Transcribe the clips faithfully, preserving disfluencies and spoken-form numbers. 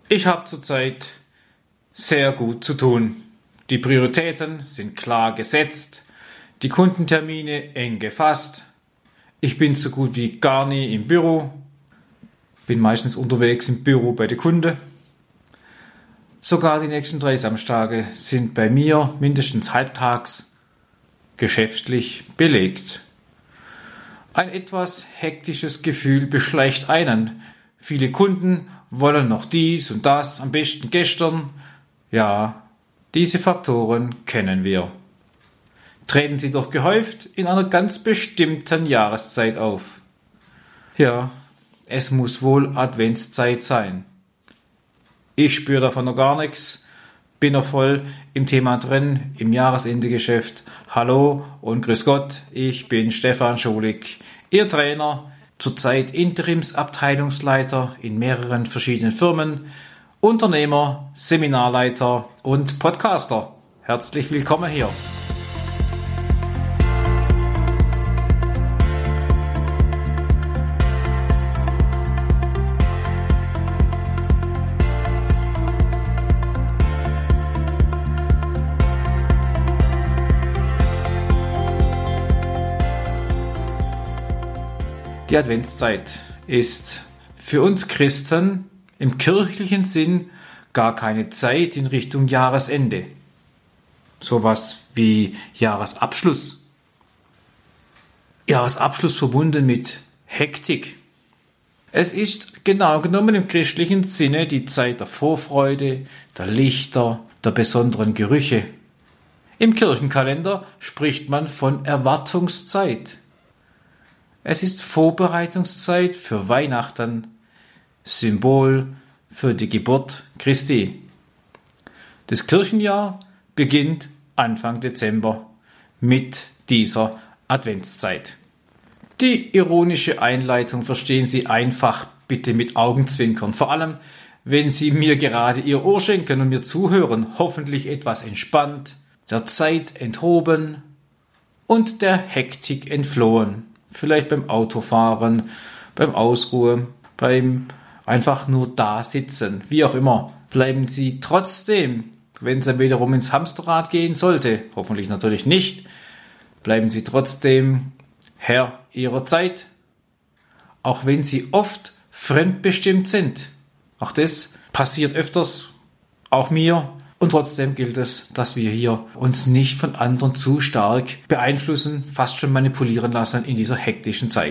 Ich habe zurzeit sehr gut zu tun. Die Prioritäten sind klar gesetzt, die Kundentermine eng gefasst. Ich bin so gut wie gar nie im Büro, bin meistens unterwegs im Büro bei der Kunde. Sogar die nächsten drei Samstage sind bei mir mindestens halbtags geschäftlich belegt. Ein etwas hektisches Gefühl beschleicht einen. Viele Kunden wollen noch dies und das, am besten gestern. Ja, diese Faktoren kennen wir. Treten sie doch gehäuft in einer ganz bestimmten Jahreszeit auf. Ja, es muss wohl Adventszeit sein. Ich spüre davon noch gar nichts, bin noch voll im Thema drin, im Jahresendegeschäft. Hallo und grüß Gott, ich bin Stefan Scholik, Ihr Trainer, zurzeit Interimsabteilungsleiter in mehreren verschiedenen Firmen, Unternehmer, Seminarleiter und Podcaster. Herzlich willkommen hier. Die Adventszeit ist für uns Christen im kirchlichen Sinn gar keine Zeit in Richtung Jahresende. Sowas wie Jahresabschluss. Jahresabschluss verbunden mit Hektik. Es ist genau genommen im christlichen Sinne die Zeit der Vorfreude, der Lichter, der besonderen Gerüche. Im Kirchenkalender spricht man von Erwartungszeit. Es ist Vorbereitungszeit für Weihnachten, Symbol für die Geburt Christi. Das Kirchenjahr beginnt Anfang Dezember mit dieser Adventszeit. Die ironische Einleitung verstehen Sie einfach bitte mit Augenzwinkern, vor allem wenn Sie mir gerade Ihr Ohr schenken und mir zuhören, hoffentlich etwas entspannt, der Zeit enthoben und der Hektik entflohen. Vielleicht beim Autofahren, beim Ausruhen, beim einfach nur da sitzen, wie auch immer. Bleiben Sie trotzdem, wenn es dann wiederum ins Hamsterrad gehen sollte, hoffentlich natürlich nicht, bleiben Sie trotzdem Herr Ihrer Zeit, auch wenn Sie oft fremdbestimmt sind. Auch das passiert öfters, auch mir. Und trotzdem gilt es, dass wir hier uns nicht von anderen zu stark beeinflussen, fast schon manipulieren lassen in dieser hektischen Zeit.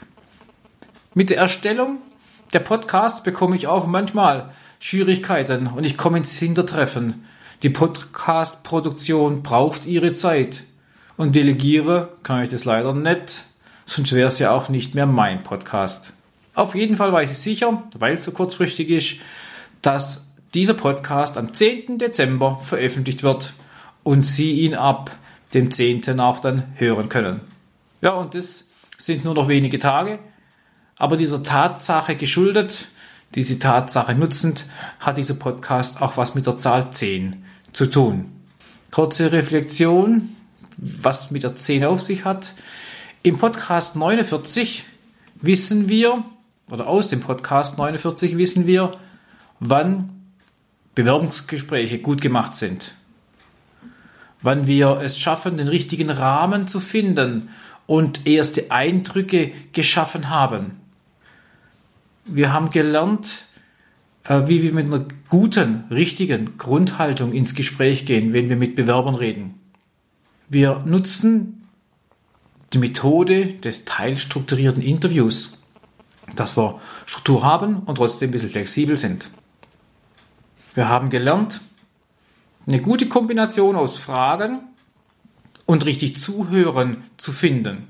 Mit der Erstellung der Podcasts bekomme ich auch manchmal Schwierigkeiten und ich komme ins Hintertreffen. Die Podcast-Produktion braucht ihre Zeit und delegiere kann ich das leider nicht, sonst wäre es ja auch nicht mehr mein Podcast. Auf jeden Fall weiß ich sicher, weil es so kurzfristig ist, dass dieser Podcast am zehnten Dezember veröffentlicht wird und Sie ihn ab dem zehnten auch dann hören können. Ja, und das sind nur noch wenige Tage, aber dieser Tatsache geschuldet, diese Tatsache nutzend, hat dieser Podcast auch was mit der Zahl zehn zu tun. Kurze Reflexion, was mit der zehn auf sich hat. Im Podcast neunundvierzig wissen wir, oder aus dem Podcast neunundvierzig wissen wir, wann Bewerbungsgespräche gut gemacht sind, wann wir es schaffen, den richtigen Rahmen zu finden und erste Eindrücke geschaffen haben. Wir haben gelernt, wie wir mit einer guten, richtigen Grundhaltung ins Gespräch gehen, wenn wir mit Bewerbern reden. Wir nutzen die Methode des teilstrukturierten Interviews, dass wir Struktur haben und trotzdem ein bisschen flexibel sind. Wir haben gelernt, eine gute Kombination aus Fragen und richtig Zuhören zu finden.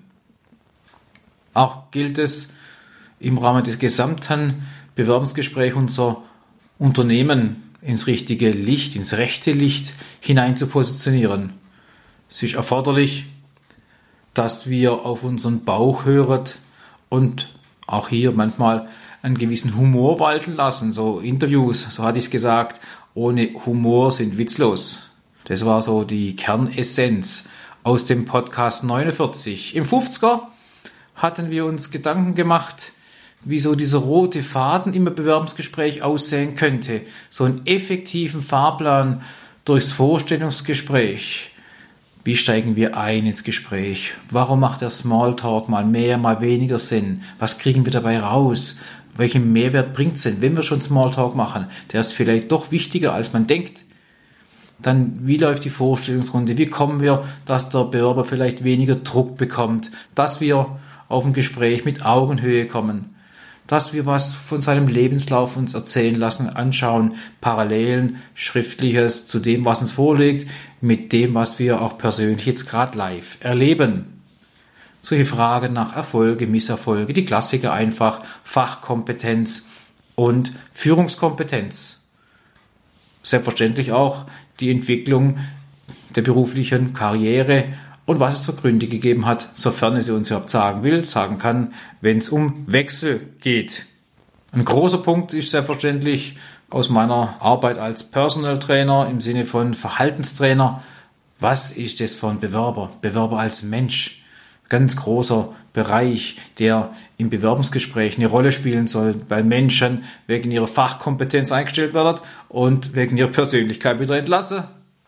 Auch gilt es im Rahmen des gesamten Bewerbungsgesprächs unser Unternehmen ins richtige Licht, ins rechte Licht hinein zu positionieren. Es ist erforderlich, dass wir auf unseren Bauch hören und auch hier manchmal einen gewissen Humor walten lassen. So Interviews, so hatte ich es gesagt, ohne Humor sind witzlos. Das war so die Kernessenz aus dem Podcast neunundvierzig. Im fünfziger hatten wir uns Gedanken gemacht, wie so dieser rote Faden im Bewerbungsgespräch aussehen könnte. So einen effektiven Fahrplan durchs Vorstellungsgespräch. Wie steigen wir ein ins Gespräch? Warum macht der Smalltalk mal mehr, mal weniger Sinn? Was kriegen wir dabei raus? Welchen Mehrwert bringt es denn, wenn wir schon Smalltalk machen? Der ist vielleicht doch wichtiger, als man denkt. Dann, wie läuft die Vorstellungsrunde? Wie kommen wir, dass der Bewerber vielleicht weniger Druck bekommt? Dass wir auf ein Gespräch mit Augenhöhe kommen? Dass wir was von seinem Lebenslauf uns erzählen lassen, anschauen, Parallelen, Schriftliches zu dem, was uns vorliegt, mit dem, was wir auch persönlich jetzt gerade live erleben. Solche Fragen nach Erfolge, Misserfolge, die Klassiker einfach, Fachkompetenz und Führungskompetenz. Selbstverständlich auch die Entwicklung der beruflichen Karriere und was es für Gründe gegeben hat, sofern es sie uns überhaupt sagen will, sagen kann, wenn es um Wechsel geht. Ein großer Punkt ist selbstverständlich aus meiner Arbeit als Personal Trainer im Sinne von Verhaltenstrainer. Was ist das für ein Bewerber? Bewerber als Mensch. Ganz großer Bereich, der im Bewerbungsgespräch eine Rolle spielen soll, weil Menschen wegen ihrer Fachkompetenz eingestellt werden und wegen ihrer Persönlichkeit wieder entlassen.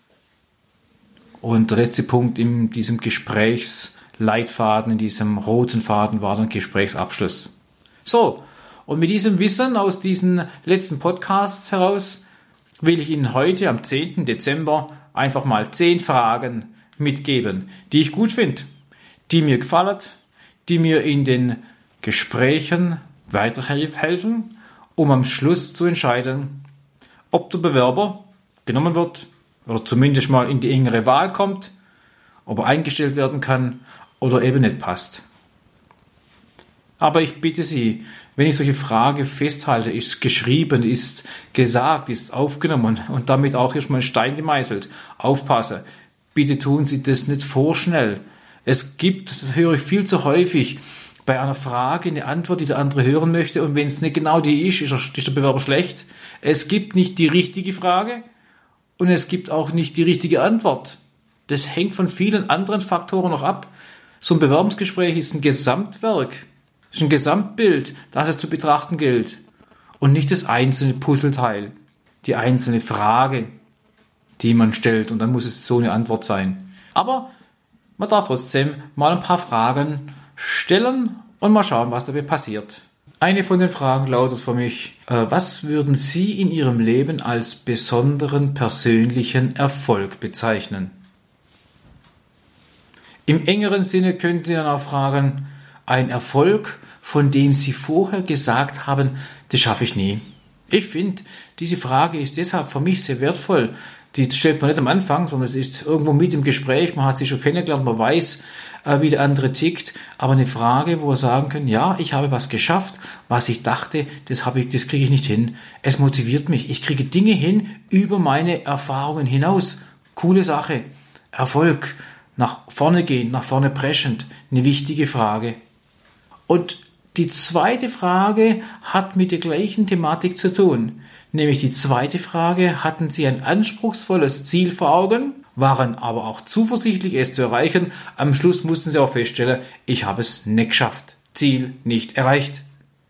Und der letzte Punkt in diesem Gesprächsleitfaden, in diesem roten Faden war dann Gesprächsabschluss. So, und mit diesem Wissen aus diesen letzten Podcasts heraus will ich Ihnen heute am zehnten Dezember einfach mal zehn Fragen mitgeben, die ich gut finde, die mir gefallen, die mir in den Gesprächen weiterhelfen, um am Schluss zu entscheiden, ob der Bewerber genommen wird oder zumindest mal in die engere Wahl kommt, ob er eingestellt werden kann oder eben nicht passt. Aber ich bitte Sie, wenn ich solche Frage festhalte, ist geschrieben, ist gesagt, ist aufgenommen und damit auch erstmal ein Stein gemeißelt, aufpassen, bitte tun Sie das nicht vorschnell. Es gibt, das höre ich viel zu häufig, bei einer Frage eine Antwort, die der andere hören möchte und wenn es nicht genau die ist, ist, er, ist der Bewerber schlecht. Es gibt nicht die richtige Frage und es gibt auch nicht die richtige Antwort. Das hängt von vielen anderen Faktoren noch ab. So ein Bewerbungsgespräch ist ein Gesamtwerk, ist ein Gesamtbild, das es zu betrachten gilt und nicht das einzelne Puzzleteil, die einzelne Frage, die man stellt und dann muss es so eine Antwort sein. Aber man darf trotzdem mal ein paar Fragen stellen und mal schauen, was dabei passiert. Eine von den Fragen lautet für mich, äh, was würden Sie in Ihrem Leben als besonderen persönlichen Erfolg bezeichnen? Im engeren Sinne könnten Sie dann auch fragen, ein Erfolg, von dem Sie vorher gesagt haben, das schaffe ich nie. Ich finde, diese Frage ist deshalb für mich sehr wertvoll. Die stellt man nicht am Anfang, sondern es ist irgendwo mit im Gespräch, man hat sich schon kennengelernt, man weiß, äh, wie der andere tickt, aber eine Frage, wo wir sagen können, ja, ich habe was geschafft, was ich dachte, das habe ich, das kriege ich nicht hin. Es motiviert mich, ich kriege Dinge hin über meine Erfahrungen hinaus. Coole Sache, Erfolg, nach vorne gehen, nach vorne preschend, eine wichtige Frage. Und die zweite Frage hat mit der gleichen Thematik zu tun. Nämlich die zweite Frage, hatten Sie ein anspruchsvolles Ziel vor Augen, waren aber auch zuversichtlich, es zu erreichen. Am Schluss mussten Sie auch feststellen, ich habe es nicht geschafft. Ziel nicht erreicht.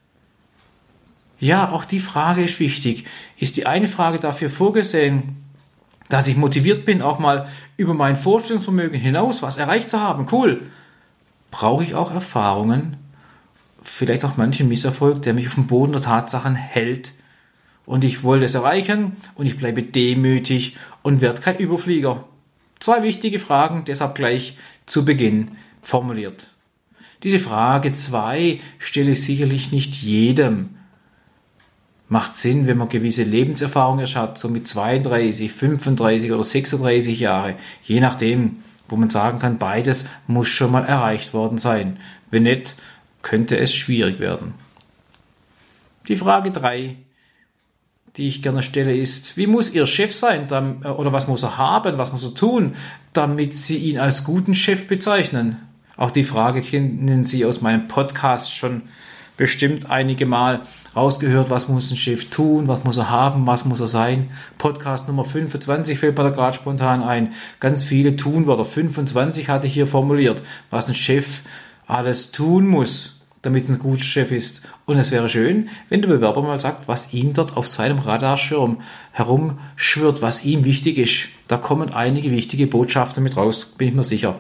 Ja, auch die Frage ist wichtig. Ist die eine Frage dafür vorgesehen, dass ich motiviert bin, auch mal über mein Vorstellungsvermögen hinaus was erreicht zu haben? Cool. Brauche ich auch Erfahrungen, vielleicht auch manchen Misserfolg, der mich auf dem Boden der Tatsachen hält und ich wollte es erreichen und ich bleibe demütig und werde kein Überflieger. Zwei wichtige Fragen, deshalb gleich zu Beginn formuliert. Diese Frage zwei stelle ich sicherlich nicht jedem. Macht Sinn, wenn man gewisse Lebenserfahrung erst hat, so mit zweiunddreißig, fünfunddreißig oder sechsunddreißig Jahre, je nachdem, wo man sagen kann, beides muss schon mal erreicht worden sein. Wenn nicht, könnte es schwierig werden. Die Frage drei, die ich gerne stelle, ist, wie muss Ihr Chef sein oder was muss er haben, was muss er tun, damit Sie ihn als guten Chef bezeichnen? Auch die Frage kennen Sie aus meinem Podcast schon bestimmt einige Mal rausgehört, was muss ein Chef tun, was muss er haben, was muss er sein. Podcast Nummer fünfundzwanzig fällt mir da gerade spontan ein. Ganz viele Tunwörter. fünfundzwanzig hatte ich hier formuliert, was ein Chef alles tun muss, damit es ein guter Chef ist. Und es wäre schön, wenn der Bewerber mal sagt, was ihm dort auf seinem Radarschirm herumschwirrt, was ihm wichtig ist. Da kommen einige wichtige Botschaften mit raus, bin ich mir sicher.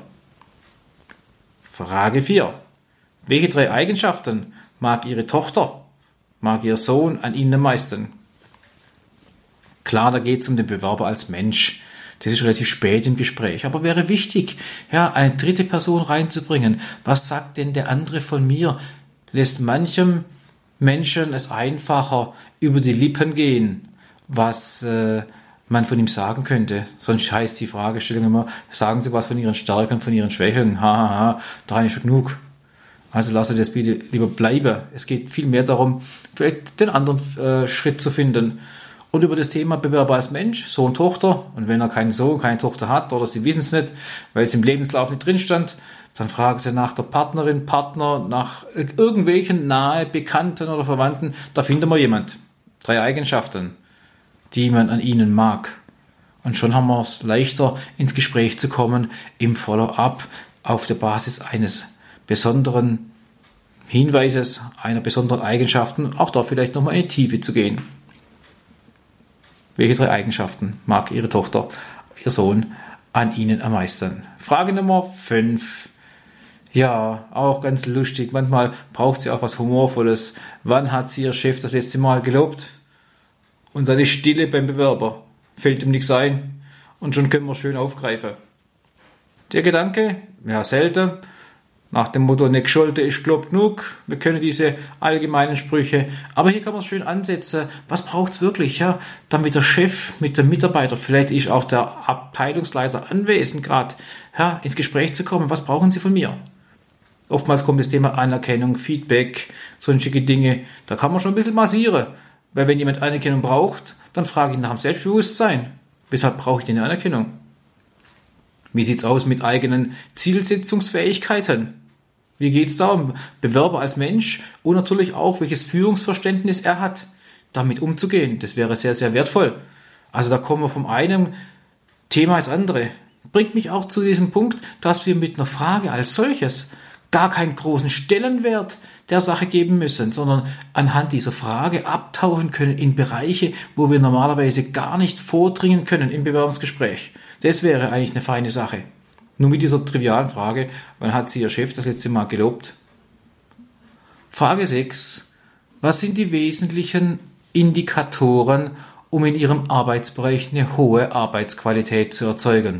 Frage vier. Welche drei Eigenschaften mag Ihre Tochter, mag Ihr Sohn an Ihnen am meisten? Klar, da geht es um den Bewerber als Mensch. Das ist relativ spät im Gespräch, aber wäre wichtig, ja, eine dritte Person reinzubringen. Was sagt denn der andere von mir? Lässt manchem Menschen es einfacher über die Lippen gehen, was äh, man von ihm sagen könnte. Sonst heißt die Fragestellung immer, sagen Sie was von Ihren Stärken, von Ihren Schwächen. Hahaha, ha, ha, daran ist schon genug. Also lasse das bitte lieber bleiben. Es geht viel mehr darum, vielleicht den anderen äh, Schritt zu finden. Und über das Thema Bewerber als Mensch, Sohn, Tochter, und wenn er keinen Sohn, keine Tochter hat oder sie wissen es nicht, weil es im Lebenslauf nicht drin stand, dann fragen sie nach der Partnerin, Partner, nach irgendwelchen nahe Bekannten oder Verwandten, da finden wir jemand. Drei Eigenschaften, die man an ihnen mag. Und schon haben wir es leichter, ins Gespräch zu kommen, im Follow-up auf der Basis eines besonderen Hinweises, einer besonderen Eigenschaften, auch da vielleicht nochmal in die Tiefe zu gehen. Welche drei Eigenschaften mag Ihre Tochter, Ihr Sohn an Ihnen am meisten? Frage Nummer fünf. Ja, auch ganz lustig. Manchmal braucht sie auch was Humorvolles. Wann hat sie ihr Chef das letzte Mal gelobt? Und dann ist Stille beim Bewerber. Fällt ihm nichts ein. Und schon können wir schön aufgreifen. Der Gedanke, ja selten, nach dem Motto, nicht gescholten ist gelobt genug. Wir können diese allgemeinen Sprüche, aber hier kann man es schön ansetzen. Was braucht es wirklich, ja? Damit der Chef mit dem Mitarbeiter, vielleicht ist auch der Abteilungsleiter anwesend gerade, ja, ins Gespräch zu kommen. Was brauchen Sie von mir? Oftmals kommt das Thema Anerkennung, Feedback, sonstige Dinge. Da kann man schon ein bisschen massieren. Weil wenn jemand Anerkennung braucht, dann frage ich nach dem Selbstbewusstsein. Weshalb brauche ich denn eine Anerkennung? Wie sieht es aus mit eigenen Zielsetzungsfähigkeiten? Wie geht es da um Bewerber als Mensch und natürlich auch, welches Führungsverständnis er hat, damit umzugehen? Das wäre sehr, sehr wertvoll. Also da kommen wir vom einen Thema ins andere. Bringt mich auch zu diesem Punkt, dass wir mit einer Frage als solches gar keinen großen Stellenwert der Sache geben müssen, sondern anhand dieser Frage abtauchen können in Bereiche, wo wir normalerweise gar nicht vordringen können im Bewerbungsgespräch. Das wäre eigentlich eine feine Sache. Nur mit dieser trivialen Frage, wann hat Sie Ihr Chef das letzte Mal gelobt? Frage sechs. Was sind die wesentlichen Indikatoren, um in Ihrem Arbeitsbereich eine hohe Arbeitsqualität zu erzeugen?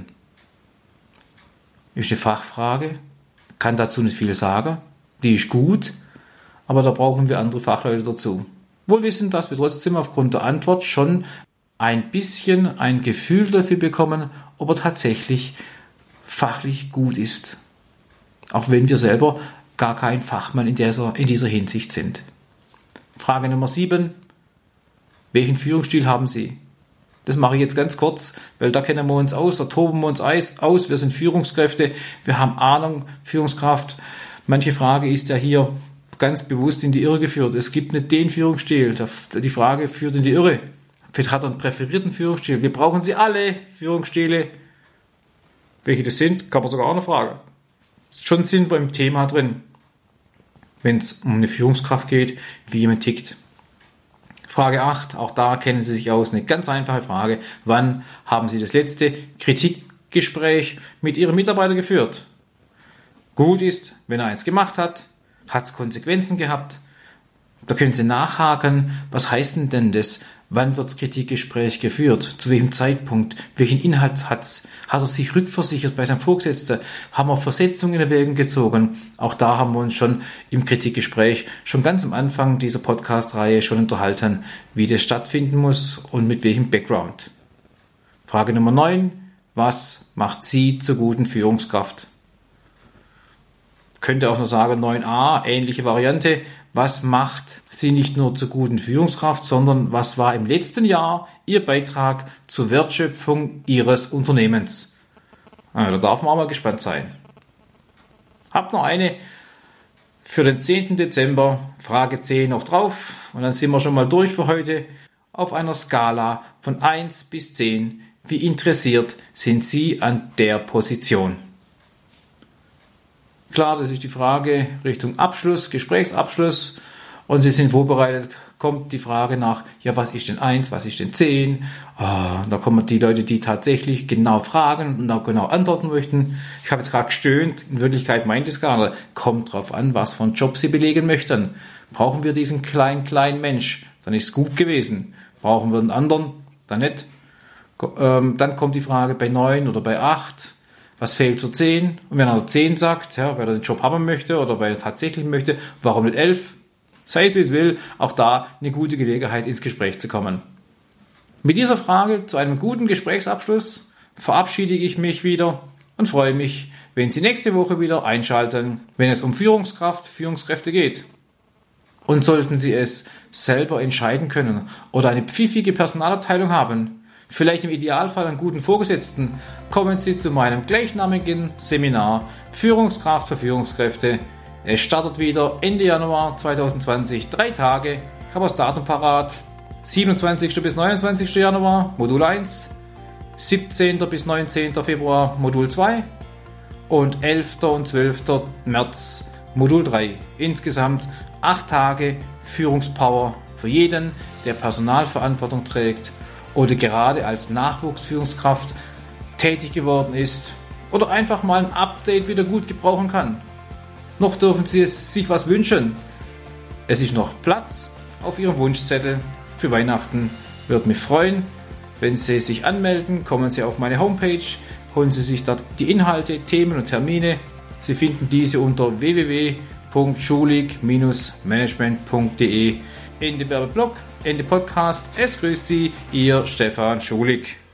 Ist eine Fachfrage, kann dazu nicht viel sagen, die ist gut, aber da brauchen wir andere Fachleute dazu. Wohl wissen, dass wir trotzdem aufgrund der Antwort schon ein bisschen ein Gefühl dafür bekommen, ob er tatsächlich fachlich gut ist. Auch wenn wir selber gar kein Fachmann in dieser, in dieser Hinsicht sind. Frage Nummer sieben. Welchen Führungsstil haben Sie? Das mache ich jetzt ganz kurz, weil da kennen wir uns aus, da toben wir uns aus, wir sind Führungskräfte, wir haben Ahnung, Führungskraft. Manche Frage ist ja hier ganz bewusst in die Irre geführt. Es gibt nicht den Führungsstil, die Frage führt in die Irre. Vielleicht hat er einen präferierten Führungsstil. Wir brauchen sie alle, Führungsstile. Welche das sind, kann man sogar auch noch fragen. Schon sind wir im Thema drin, wenn es um eine Führungskraft geht, wie jemand tickt. Frage acht, auch da kennen Sie sich aus. Eine ganz einfache Frage. Wann haben Sie das letzte Kritikgespräch mit Ihrem Mitarbeiter geführt? Gut ist, wenn er eins gemacht hat, hat es Konsequenzen gehabt. Da können Sie nachhaken, was heißt denn, denn das? Wann wird das Kritikgespräch geführt? Zu welchem Zeitpunkt? Welchen Inhalt hat's? Hat er sich rückversichert bei seinem Vorgesetzten? Haben wir Versetzungen in Erwägung gezogen? Auch da haben wir uns schon im Kritikgespräch schon ganz am Anfang dieser Podcast-Reihe schon unterhalten, wie das stattfinden muss und mit welchem Background. Frage Nummer neun. Was macht Sie zur guten Führungskraft? Könnte auch noch sagen neun a, ähnliche Variante. Was macht Sie nicht nur zur guten Führungskraft, sondern was war im letzten Jahr Ihr Beitrag zur Wertschöpfung Ihres Unternehmens? Also, da darf man auch mal gespannt sein. Habt noch eine für den zehnten Dezember, Frage zehn noch drauf und dann sind wir schon mal durch für heute. Auf einer Skala von eins bis zehn, wie interessiert sind Sie an der Position? Klar, das ist die Frage Richtung Abschluss, Gesprächsabschluss und Sie sind vorbereitet, kommt die Frage nach, ja, was ist denn eins, was ist denn zehn? Ah, da kommen die Leute, die tatsächlich genau fragen und auch genau antworten möchten. Ich habe jetzt gerade gestöhnt, in Wirklichkeit meint es gar nicht. Kommt drauf an, was für einen Job Sie belegen möchten. Brauchen wir diesen kleinen, kleinen Mensch, dann ist es gut gewesen. Brauchen wir einen anderen, dann nicht. Ähm, dann kommt die Frage bei neun oder bei acht, was fehlt zur zehn? Und wenn er zehn sagt, ja, weil er den Job haben möchte oder weil er tatsächlich möchte, warum nicht elf? Sei es wie es will, auch da eine gute Gelegenheit ins Gespräch zu kommen. Mit dieser Frage zu einem guten Gesprächsabschluss verabschiede ich mich wieder und freue mich, wenn Sie nächste Woche wieder einschalten, wenn es um Führungskraft, Führungskräfte geht. Und sollten Sie es selber entscheiden können oder eine pfiffige Personalabteilung haben, vielleicht im Idealfall einen guten Vorgesetzten, kommen Sie zu meinem gleichnamigen Seminar Führungskraft für Führungskräfte. Es startet wieder Ende Januar zwanzig zwanzig, drei Tage. Ich habe das Datum parat. siebenundzwanzigsten bis neunundzwanzigsten Januar Modul eins, siebzehnten bis neunzehnten Februar Modul zwei und elften und zwölften März Modul drei. Insgesamt acht Tage Führungspower für jeden, der Personalverantwortung trägt oder gerade als Nachwuchsführungskraft tätig geworden ist oder einfach mal ein Update wieder gut gebrauchen kann. Noch dürfen Sie es sich was wünschen. Es ist noch Platz auf Ihrem Wunschzettel für Weihnachten. Würde mich freuen, wenn Sie sich anmelden. Kommen Sie auf meine Homepage, holen Sie sich dort die Inhalte, Themen und Termine. Sie finden diese unter w w w punkt schulig Bindestrich management punkt d e. Ende Werbeblock, Ende Podcast. Es grüßt Sie, Ihr Stefan Schulig.